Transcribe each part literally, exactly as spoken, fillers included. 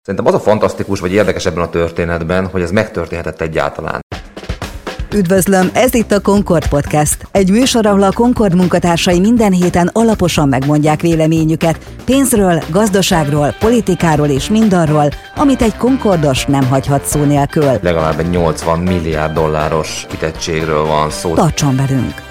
Szerintem az a fantasztikus vagy érdekes ebben a történetben, hogy ez megtörténhetett egyáltalán. Üdvözlöm, ez itt a Concord Podcast. Egy műsor, ahol a Concord munkatársai minden héten alaposan megmondják véleményüket pénzről, gazdaságról, politikáról és mindarról, amit egy Concordos nem hagyhat szó nélkül. Legalább egy nyolcvan milliárd dolláros kitettségről van szó. Tartson velünk!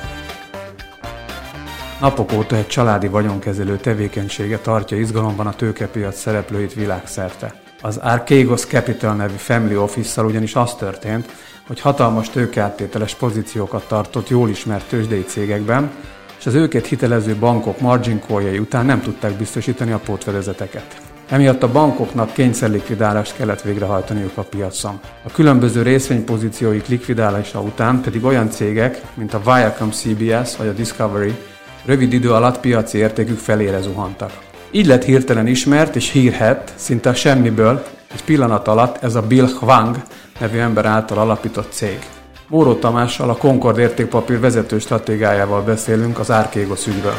Napok óta egy családi vagyonkezelő tevékenysége tartja izgalomban a tőkepiac szereplőit világszerte. Az Archegos Capital nevű family office-szal ugyanis az történt, hogy hatalmas tőkeáttételes pozíciókat tartott jól ismert tőzsdei cégekben, és az őket hitelező bankok margin call-jai után nem tudták biztosítani a pótfedezeteket. Emiatt a bankoknak kényszerlikvidálást kellett végrehajtaniuk a piacon. A különböző részvénypozícióik likvidálása után pedig olyan cégek, mint a Viacom cé bé es vagy a Discovery rövid idő alatt piaci értékük felére zuhantak. Így lett hirtelen ismert és hírhedt, szinte a semmiből, egy pillanat alatt ez a Bill Hwang nevű ember által alapított cég. Móró Tamással, a Concord értékpapír vezető stratégiájával beszélünk az Archegos ügyről.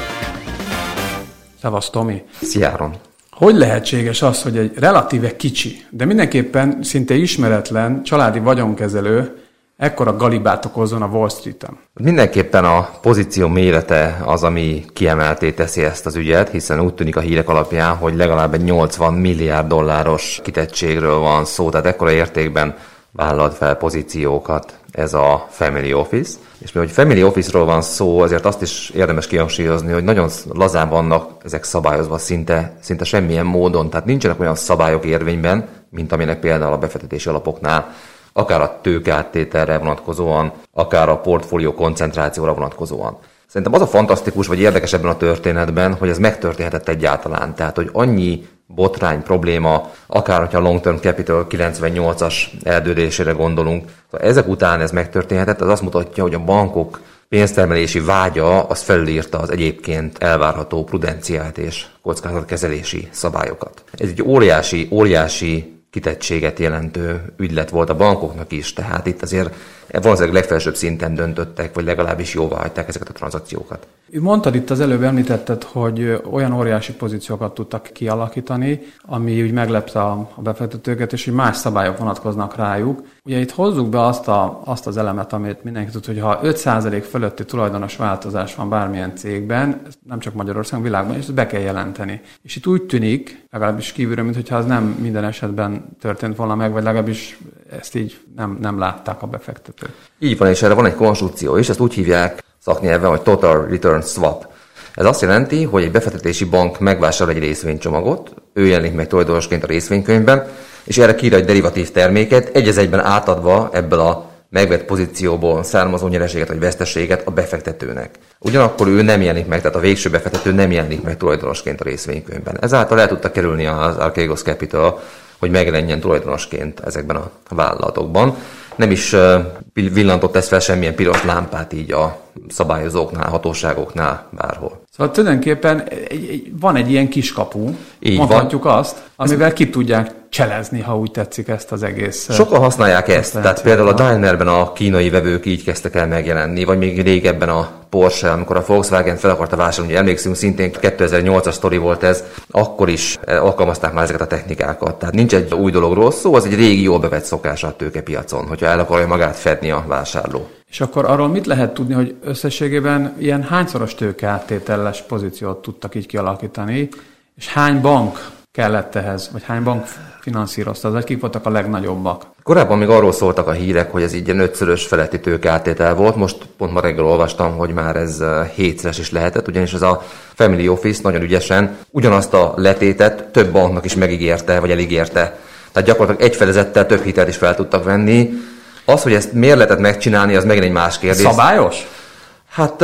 Szevasz, Tomi! Szia, Áron! Hogy lehetséges az, hogy egy relatíve kicsi, de mindenképpen szinte ismeretlen családi vagyonkezelő ekkora galibát okozzon a Wall Streeten? Mindenképpen a pozíció mérete az, ami kiemelté teszi ezt az ügyet, hiszen úgy tűnik a hírek alapján, hogy legalább egy nyolcvan milliárd dolláros kitettségről van szó, tehát ekkora értékben vállalt fel pozíciókat ez a family office. És mivel family office-ról van szó, azért azt is érdemes kihangsúlyozni, hogy nagyon lazán vannak ezek szabályozva szinte, szinte semmilyen módon, tehát nincsenek olyan szabályok érvényben, mint aminek például a befektetési alapoknál, akár a tőkeáttételre vonatkozóan, akár a portfólió koncentrációra vonatkozóan. Szerintem az a fantasztikus vagy érdekes ebben a történetben, hogy ez megtörténhetett egyáltalán. Tehát, hogy annyi botrány, probléma, akár hogyha a Long Term Capital kilencvennyolcas eldődésére gondolunk, ezek után ez megtörténhetett, az azt mutatja, hogy a bankok pénztermelési vágya az felülírta az egyébként elvárható prudenciát és kockázatkezelési szabályokat. Ez egy óriási, óriási kitettséget jelentő ügylet volt a bankoknak is, tehát itt azért valószínűleg legfelsőbb szinten döntöttek, vagy legalábbis jóvá hagyták ezeket a tranzakciókat. Mondtad itt az előbb, említetted, hogy olyan óriási pozíciókat tudtak kialakítani, ami úgy meglepte a befektetőket, és hogy más szabályok vonatkoznak rájuk. Ugye itt hozzuk be azt, a, azt az elemet, amit mindenki tud, hogy ha öt százalék fölötti tulajdonos változás van bármilyen cégben, nem csak Magyarországon, világban, és ezt be kell jelenteni. És itt úgy tűnik, legalábbis kívülről, mintha az nem minden esetben történt volna meg, vagy legalábbis ezt így nem, nem látták a befektetők. Így van, és erre van egy konstrukció is, ezt úgy hívják szaknyelven, hogy Total Return Swap. Ez azt jelenti, hogy egy befektetési bank megvásárol egy részvénycsomagot, ő jelenik meg tulajdonosként a részvénykönyvben, és erre kiír egy derivatív terméket, egy az egyben átadva ebből a megvett pozícióból származó nyereséget vagy veszteséget a befektetőnek. Ugyanakkor ő nem jelenik meg, tehát a végső befektető nem jelenik meg tulajdonosként a részvénykönyvben. Ezáltal el tudta kerülni az Archegos Capital, hogy megjelenjen tulajdonosként ezekben a vállalatokban. Nem is villantott ez fel semmilyen piros lámpát így a szabályozóknál, hatóságoknál, bárhol. Szóval tulajdonképpen van egy ilyen kiskapu, így mondhatjuk van. Azt, amivel ezt ki tudják cselezni, ha úgy tetszik ezt az egész. Sokan használják ezt, ezt tehát például a Daimlerben a kínai vevők így kezdtek el megjelenni, vagy még régebben a Porsche, amikor a Volkswagen fel akarta vásárolni, ugye emlékszünk, szintén kétezer-nyolcas sztori volt ez, akkor is alkalmazták már ezeket a technikákat. Tehát nincs egy új dologról szó, az egy régi, jól bevett szokása a tőkepiacon, hogyha el akarja magát fedni a vásárló. És akkor arról mit lehet tudni, hogy összességében ilyen hányszoros tőkeáttételes pozíciót tudtak így kialakítani, és hány bank kellett ehhez, vagy hány bank finanszírozta, vagy kik voltak a legnagyobbak? Korábban még arról szóltak a hírek, hogy ez így ötszörös feletti tőkeáttétel volt, most pont ma reggel olvastam, hogy már ez hétszeres is lehetett, ugyanis ez a family office nagyon ügyesen ugyanazt a letétet több banknak is megígérte, vagy elígérte. Tehát gyakorlatilag egy fedezettel több hitelt is fel tudtak venni. Az, hogy ezt miért lehetett megcsinálni, az megint egy más kérdés. Szabályos? Hát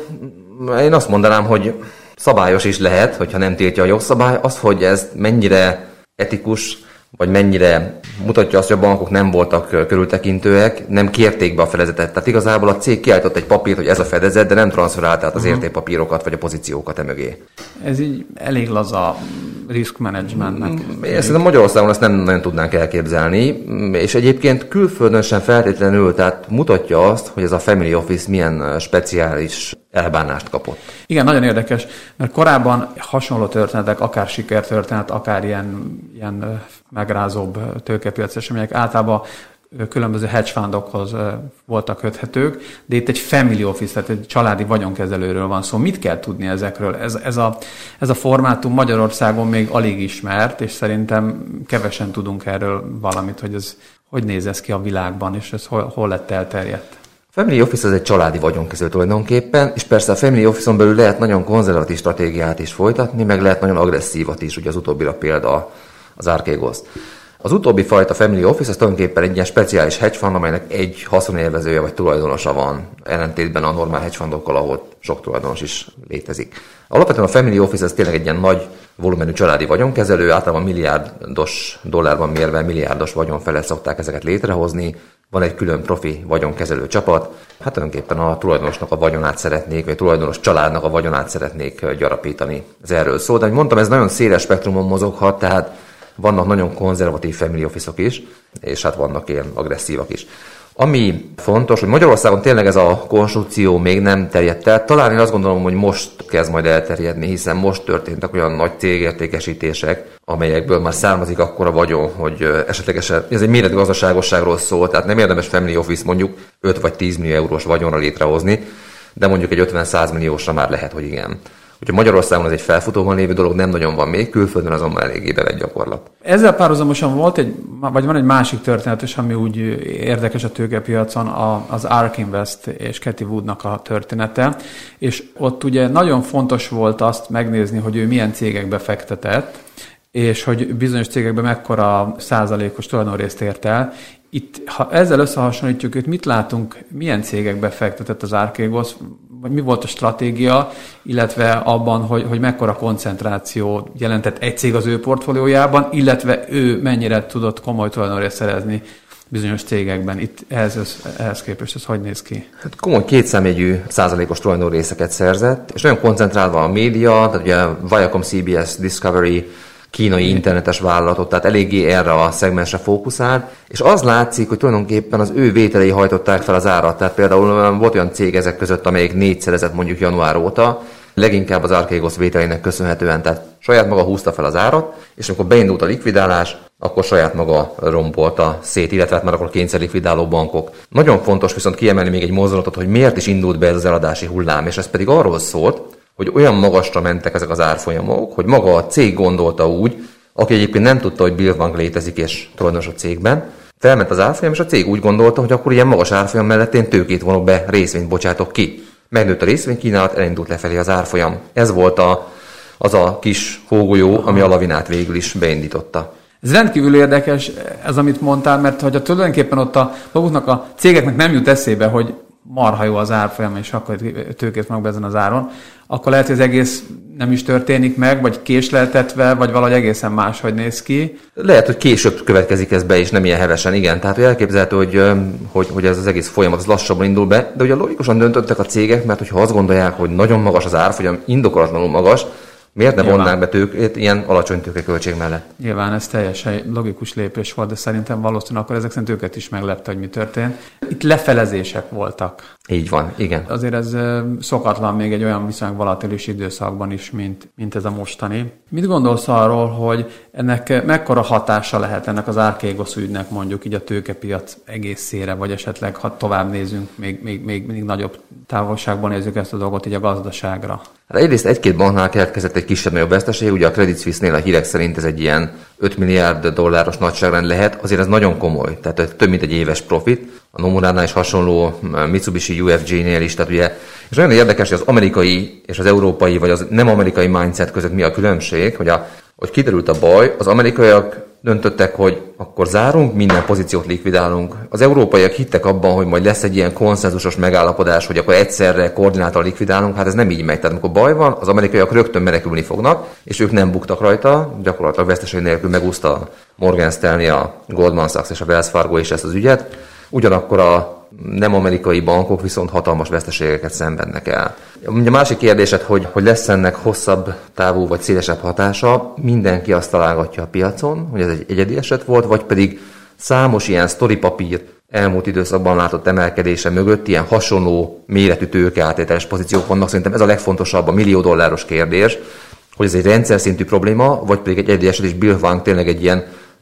én azt mondanám, hogy szabályos is lehet, hogyha nem tiltja a jogszabály. Az, hogy ez mennyire etikus, vagy mennyire mutatja azt, hogy a bankok nem voltak körültekintőek, nem kérték be a fedezetet. Tehát igazából a cég kiállított egy papírt, hogy ez a fedezet, de nem transferált át az uh-huh. értékpapírokat, vagy a pozíciókat emögé. Ez így elég laza risk managementnek. Én szerintem Magyarországon ezt nem nagyon tudnánk elképzelni, és egyébként külföldön sem feltétlenül, tehát mutatja azt, hogy ez a family office milyen speciális elbánást kapott. Igen, nagyon érdekes, mert korábban hasonló történetek, akár sikertörténet, akár ilyen, ilyen megrázóbb tőkepiaci események. Általában különböző hedge fundokhoz voltak köthetők, de itt egy family office, tehát egy családi vagyonkezelőről van szó. Mit kell tudni ezekről? Ez, ez, a, ez a formátum Magyarországon még alig ismert, és szerintem kevesen tudunk erről valamit, hogy ez hogy néz ez ki a világban, és ez hol, hol lett elterjedt. A family office az egy családi vagyonkezelő tulajdonképpen, és persze a family office-on belül lehet nagyon konzervatív stratégiát is folytatni, meg lehet nagyon agresszívat is, ugye az utóbbira példa az Archegos. Az utóbbi fajta family office az tulajdonképpen egy ilyen speciális hedge fund, amelynek egy haszonélvezője vagy tulajdonosa van, ellentétben a normál hedge fundokkal, ahol sok tulajdonos is létezik. Alapvetően a family office az tényleg egy ilyen nagy volumenű családi vagyonkezelő, általában milliárdos dollárban mérve milliárdos vagyon felett szokták ezeket létrehozni. Van egy külön profi vagyonkezelő csapat, hát tulajdonképpen a tulajdonosnak a vagyonát szeretnék, vagy a tulajdonos családnak a vagyonát szeretnék gyarapítani. Ez erről szól, de ahogy mondtam, ez nagyon széles spektrumon mozoghat, tehát vannak nagyon konzervatív family office-ok is, és hát vannak ilyen agresszívak is. Ami fontos, hogy Magyarországon tényleg ez a konstrukció még nem terjedt el. Talán én azt gondolom, hogy most kezd majd elterjedni, hiszen most történtek olyan nagy cégértékesítések, amelyekből már származik akkora vagyon, hogy esetlegesen ez egy méretű gazdaságosságról szól, tehát nem érdemes family office mondjuk öt vagy tíz millió eurós vagyonra létrehozni, de mondjuk egy ötven-száz milliósra már lehet, hogy igen. Úgyhogy Magyarországon ez egy felfutóban lévő dolog, nem nagyon van még, külföldön azonban eléggé bevett gyakorlat. Ezzel párhuzamosan volt egy, vagy van egy másik történet is, ami úgy érdekes a tőkepiacon, az ARK Invest és Cathie Woodnak a története, és ott ugye nagyon fontos volt azt megnézni, hogy ő milyen cégekbe fektetett, és hogy bizonyos cégekben mekkora százalékos tulajdonrészt ért el. Itt, ha ezzel összehasonlítjuk, itt mit látunk, milyen cégekbe fektetett az Archegos, vagy mi volt a stratégia, illetve abban, hogy, hogy mekkora koncentráció jelentett egy cég az ő portfóliójában, illetve ő mennyire tudott komoly tulajdonrészt szerezni bizonyos cégekben. Itt ehhez, ehhez képest ez hogy néz ki? Hát komoly kétszámjegyű százalékos tulajdonrészeket szerzett, és nagyon koncentrálva a média, tehát ugye Viacom, cé bé es, Discovery, kínai internetes vállalatot, tehát eléggé erre a szegmensre fókuszált, és az látszik, hogy tulajdonképpen az ő vételei hajtották fel az árat. Tehát például volt olyan cég ezek között, amelyik négyszerezett mondjuk január óta, leginkább az Archegos vételének köszönhetően, tehát saját maga húzta fel az árat, és amikor beindult a likvidálás, akkor saját maga rombolta szét, illetve hát már akkor kényszer likvidáló bankok. Nagyon fontos viszont kiemelni még egy mozdulatot, hogy miért is indult be ez az eladási hullám, és ez pedig arról szólt, hogy olyan magasra mentek ezek az árfolyamok, hogy maga a cég gondolta úgy, aki egyébként nem tudta, hogy Bill Wang létezik és tulajdonos a cégben, felment az árfolyam, és a cég úgy gondolta, hogy akkor ilyen magas árfolyam mellett én tőkét vonok be, részvényt bocsátok ki. Megnőtt a részvénykínálat, elindult lefelé az árfolyam. Ez volt a, az a kis hógolyó, ami a lavinát végül is beindította. Ez rendkívül érdekes, ez amit mondtál, mert hogy a tulajdonképpen ott a maguknak a cégeknek nem jut eszébe, hogy marha jó az árfolyam, és akkor tőkét vannak be ezen az áron, akkor lehet, hogy az egész nem is történik meg, vagy késleltetve, vagy valahogy egészen máshogy néz ki. Lehet, hogy később következik ez be, és nem ilyen hevesen, igen. Tehát hogy elképzelhető, hogy, hogy, hogy ez az egész folyamat az lassabban indul be, de ugye logikusan döntöttek a cégek, mert hogyha azt gondolják, hogy nagyon magas az árfolyam, indokolatlanul magas, miért ne vonnák be tőkét ilyen alacsony tőkeköltség mellett? Nyilván ez teljesen logikus lépés volt, de szerintem valószínűleg akkor ezek szerint őket is meglepte, hogy mi történt. Itt lefelezések voltak. Így van, igen. Azért ez szokatlan még egy olyan viszonylag volatilis időszakban is, mint, mint ez a mostani. Mit gondolsz arról, hogy ennek mekkora hatása lehet ennek az Archegos ügynek mondjuk így a tőkepiac egészére, vagy esetleg ha tovább nézünk, még, még, még, még nagyobb távolságban nézzük ezt a dolgot így a gazdaságra? Hát egyrészt egy-két banknál keletkezett egy kisebb-nagyobb veszteség, ugye a Credit Suisse-nél a hírek szerint ez egy ilyen öt milliárd dolláros nagyságrend lehet, azért ez nagyon komoly, tehát több mint egy éves profit. A Nomuránál is hasonló, Mitsubishi U F J-nél is, tehát ugye, és nagyon érdekes, hogy az amerikai és az európai, vagy az nem amerikai mindset között mi a különbség, hogy, a, hogy kiderült a baj, az amerikaiak döntöttek, hogy akkor zárunk, minden pozíciót likvidálunk. Az európaiak hittek abban, hogy majd lesz egy ilyen konszenzusos megállapodás, hogy akkor egyszerre koordináltan likvidálunk, hát ez nem így megy. Tehát amikor baj van, az amerikaiak rögtön menekülni fognak, és ők nem buktak rajta, gyakorlatilag veszteség nélkül megúszta a Morgan Stanley, a Goldman Sachs és a Wells Fargo is ezt az ügyet. Ugyanakkor a nem amerikai bankok viszont hatalmas veszteségeket szenvednek el. A másik kérdésed, hogy, hogy lesz ennek hosszabb távú vagy szélesebb hatása, mindenki azt találgatja a piacon, hogy ez egy egyedi eset volt, vagy pedig számos ilyen sztoripapír elmúlt időszakban látott emelkedése mögött ilyen hasonló méretű tőkeáttételes pozíciók vannak. Szerintem ez a legfontosabb, a millió dolláros kérdés, hogy ez egy rendszer szintű probléma, vagy pedig egy egyedi eset, és Bill Wang tényleg egy ilyen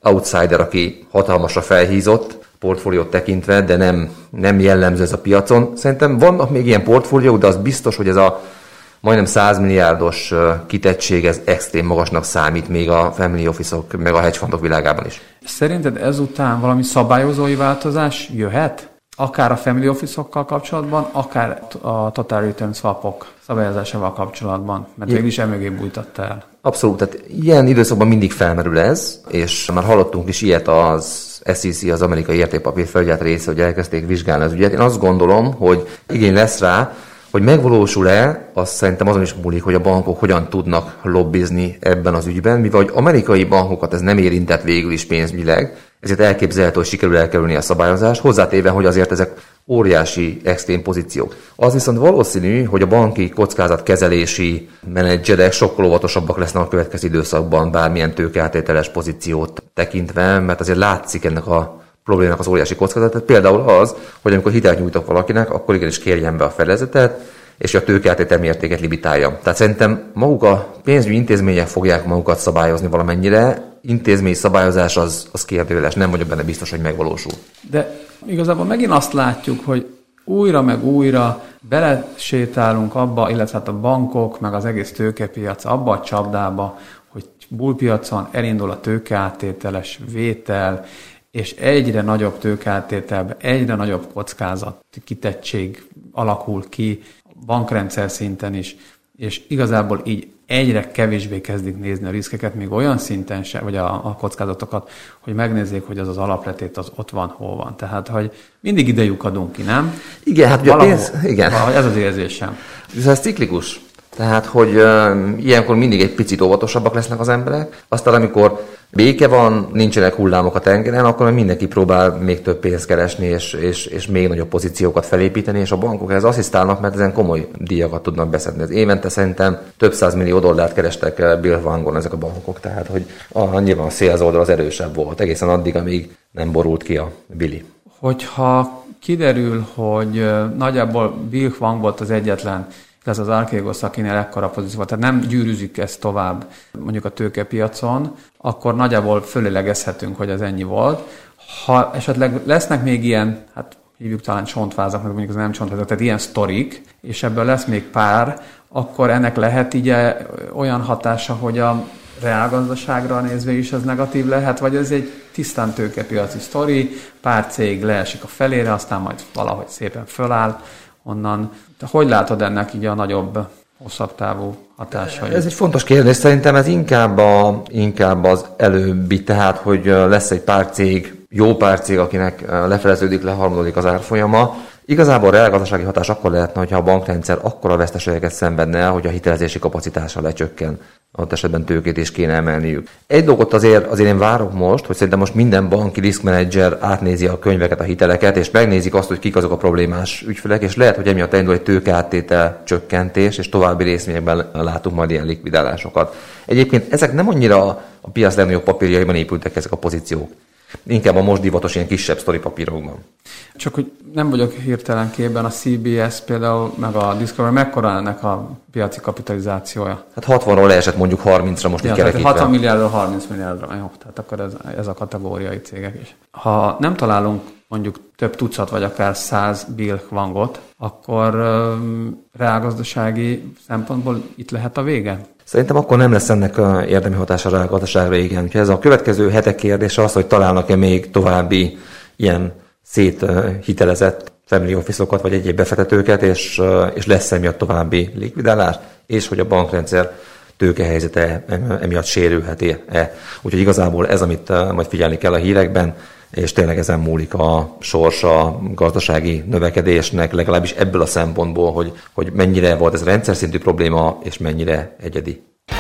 outsider, aki hatalmasra felhízott portfóliót tekintve, de nem, nem jellemző ez a piacon. Szerintem vannak még ilyen portfóliók, de az biztos, hogy ez a majdnem száz milliárdos kitettség, ez extrém magasnak számít még a family office-ok, meg a hedge fundok világában is. Szerinted ezután valami szabályozói változás jöhet? Akár a family office-okkal kapcsolatban, akár a total return swapok szabályozásával kapcsolatban, mert végül is emögé bújtatta el. Abszolút, tehát ilyen időszakban mindig felmerül ez, és már hallottunk is ilyet az es e cé, az amerikai értékpapírfelügyelet része, hogy elkezdték vizsgálni az ügyet. Én azt gondolom, hogy igény lesz rá, hogy megvalósul-e, azt szerintem azon is múlik, hogy a bankok hogyan tudnak lobbizni ebben az ügyben, mivel hogy amerikai bankokat ez nem érintett végül is pénzügyileg, ezért elképzelhető, hogy sikerül elkerülni a szabályozást, hozzátéve, hogy azért ezek óriási, extrém pozíciók. Az viszont valószínű, hogy a banki kockázatkezelési menedzserek sokkal óvatosabbak lesznek a következő időszakban bármilyen tőkeáttételes pozíciót tekintve, mert azért látszik ennek a problémának az óriási kockázat. Például az, hogy amikor hitelt nyújtok valakinek, akkor igenis kérjen be a fedezletet, és a tőkeáttétel mértéket limitálja. Tehát szerintem maguk a pénzügyi intézmények fogják magukat szabályozni valamennyire, intézményi szabályozás az, az kérdőjeles, nem vagyok benne biztos, hogy megvalósul. De igazából megint azt látjuk, hogy újra meg újra belesétálunk abba, illetve hát a bankok, meg az egész tőkepiac abba a csapdába, hogy bullpiacon elindul a tőkeáttételes vétel, és egyre nagyobb tőkeáttételben, egyre nagyobb kockázat, kitettség alakul ki bankrendszer szinten is, és igazából így egyre kevésbé kezdik nézni a riskeket, még olyan szinten se, vagy a, a kockázatokat, hogy megnézzék, hogy az az alapletét az ott van, hol van. Tehát, hogy mindig ide lyukadunk ki, nem? Igen, hát ugye a pénz, igen. Ez az érzésem. Ez ciklikus. Tehát, hogy uh, ilyenkor mindig egy picit óvatosabbak lesznek az emberek, aztán amikor béke van, nincsenek hullámok a tengeren, akkor mindenki próbál még több pénzt keresni, és, és, és még nagyobb pozíciókat felépíteni, és a bankok ehhez asszisztálnak, mert ezen komoly díjakat tudnak beszedni. Ez évente szerintem több száz millió dollárt kerestek Bill Hwangon ezek a bankok, tehát hogy a, nyilván a sales oldal az erősebb volt, egészen addig, amíg nem borult ki a Billy. Hogyha kiderül, hogy nagyjából Bill Hwang volt az egyetlen, ez az Archegos, akinél ekkora pozíció, tehát nem gyűrűzik ezt tovább mondjuk a tőkepiacon, akkor nagyjából fölélegezhetünk, hogy ez ennyi volt. Ha esetleg lesznek még ilyen, hát hívjuk talán csontvázaknak, mondjuk az nem csontvázak, tehát ilyen sztorik, és ebből lesz még pár, akkor ennek lehet így olyan hatása, hogy a reálgazdaságra nézve is ez negatív lehet, vagy ez egy tisztán tőkepiaci sztori, pár cég leesik a felére, aztán majd valahogy szépen föláll onnan. Te hogy látod ennek így a nagyobb, hosszabb távú hatásai? Ez egy fontos kérdés, szerintem ez inkább, a, inkább az előbbi, tehát hogy lesz egy pár cég, jó pár cég, akinek lefeleződik, leharmadódik az árfolyama. Igazából a reálgazdasági hatás akkor lehetne, hogyha a bankrendszer akkora veszteségeket szenvedne el, hogy a hitelezési kapacitása lecsökken. Ott esetben tőkét is kéne emelniük. Egy dolgot azért, azért én várok most, hogy szerintem most minden banki risk manager átnézi a könyveket, a hiteleket, és megnézik azt, hogy kik azok a problémás ügyfelek, és lehet, hogy emiatt elindul egy tőkeáttétel csökkentés, és további részvényekben látunk majd ilyen likvidálásokat. Egyébként ezek nem annyira a piac legnagyobb papírjaiban épültek ezek a pozíciók. Inkább a most divatos ilyen kisebb sztori papírokban. Csak hogy nem vagyok hirtelen képben, a cé bé es például, meg a Discovery, mekkora ennek a piaci kapitalizációja? Hát hatvanról leesett mondjuk harmincra most ja, így kerekítve. hatvan milliárdról harminc milliárdra, jó, tehát akkor ez, ez a kategóriai cégek is. Ha nem találunk mondjuk több tucat, vagy akár száz Bill Hwangot, akkor um, reálgazdasági szempontból itt lehet a vége? Szerintem akkor nem lesz ennek érdemi hatása a gazdaságra, igen. Úgyhogy ez a következő hetek kérdése az, hogy találnak-e még további ilyen széthitelezett family office-okat, vagy egyéb befektetőket, és, és lesz emiatt további likvidálás, és hogy a bankrendszer tőkehelyzete emiatt sérülhet-e. Úgyhogy igazából ez, amit majd figyelni kell a hírekben, és tényleg ezen múlik a sorsa a gazdasági növekedésnek, legalábbis ebből a szempontból, hogy, hogy mennyire volt ez a rendszer szintű probléma, és mennyire egyedi.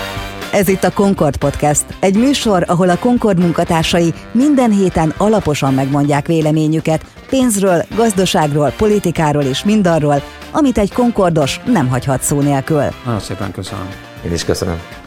Ez itt a Concord Podcast, egy műsor, ahol a Concord munkatársai minden héten alaposan megmondják véleményüket pénzről, gazdaságról, politikáról és mindarról, amit egy Concordos nem hagyhat szó nélkül. Nagyon szépen köszönöm. Én is köszönöm.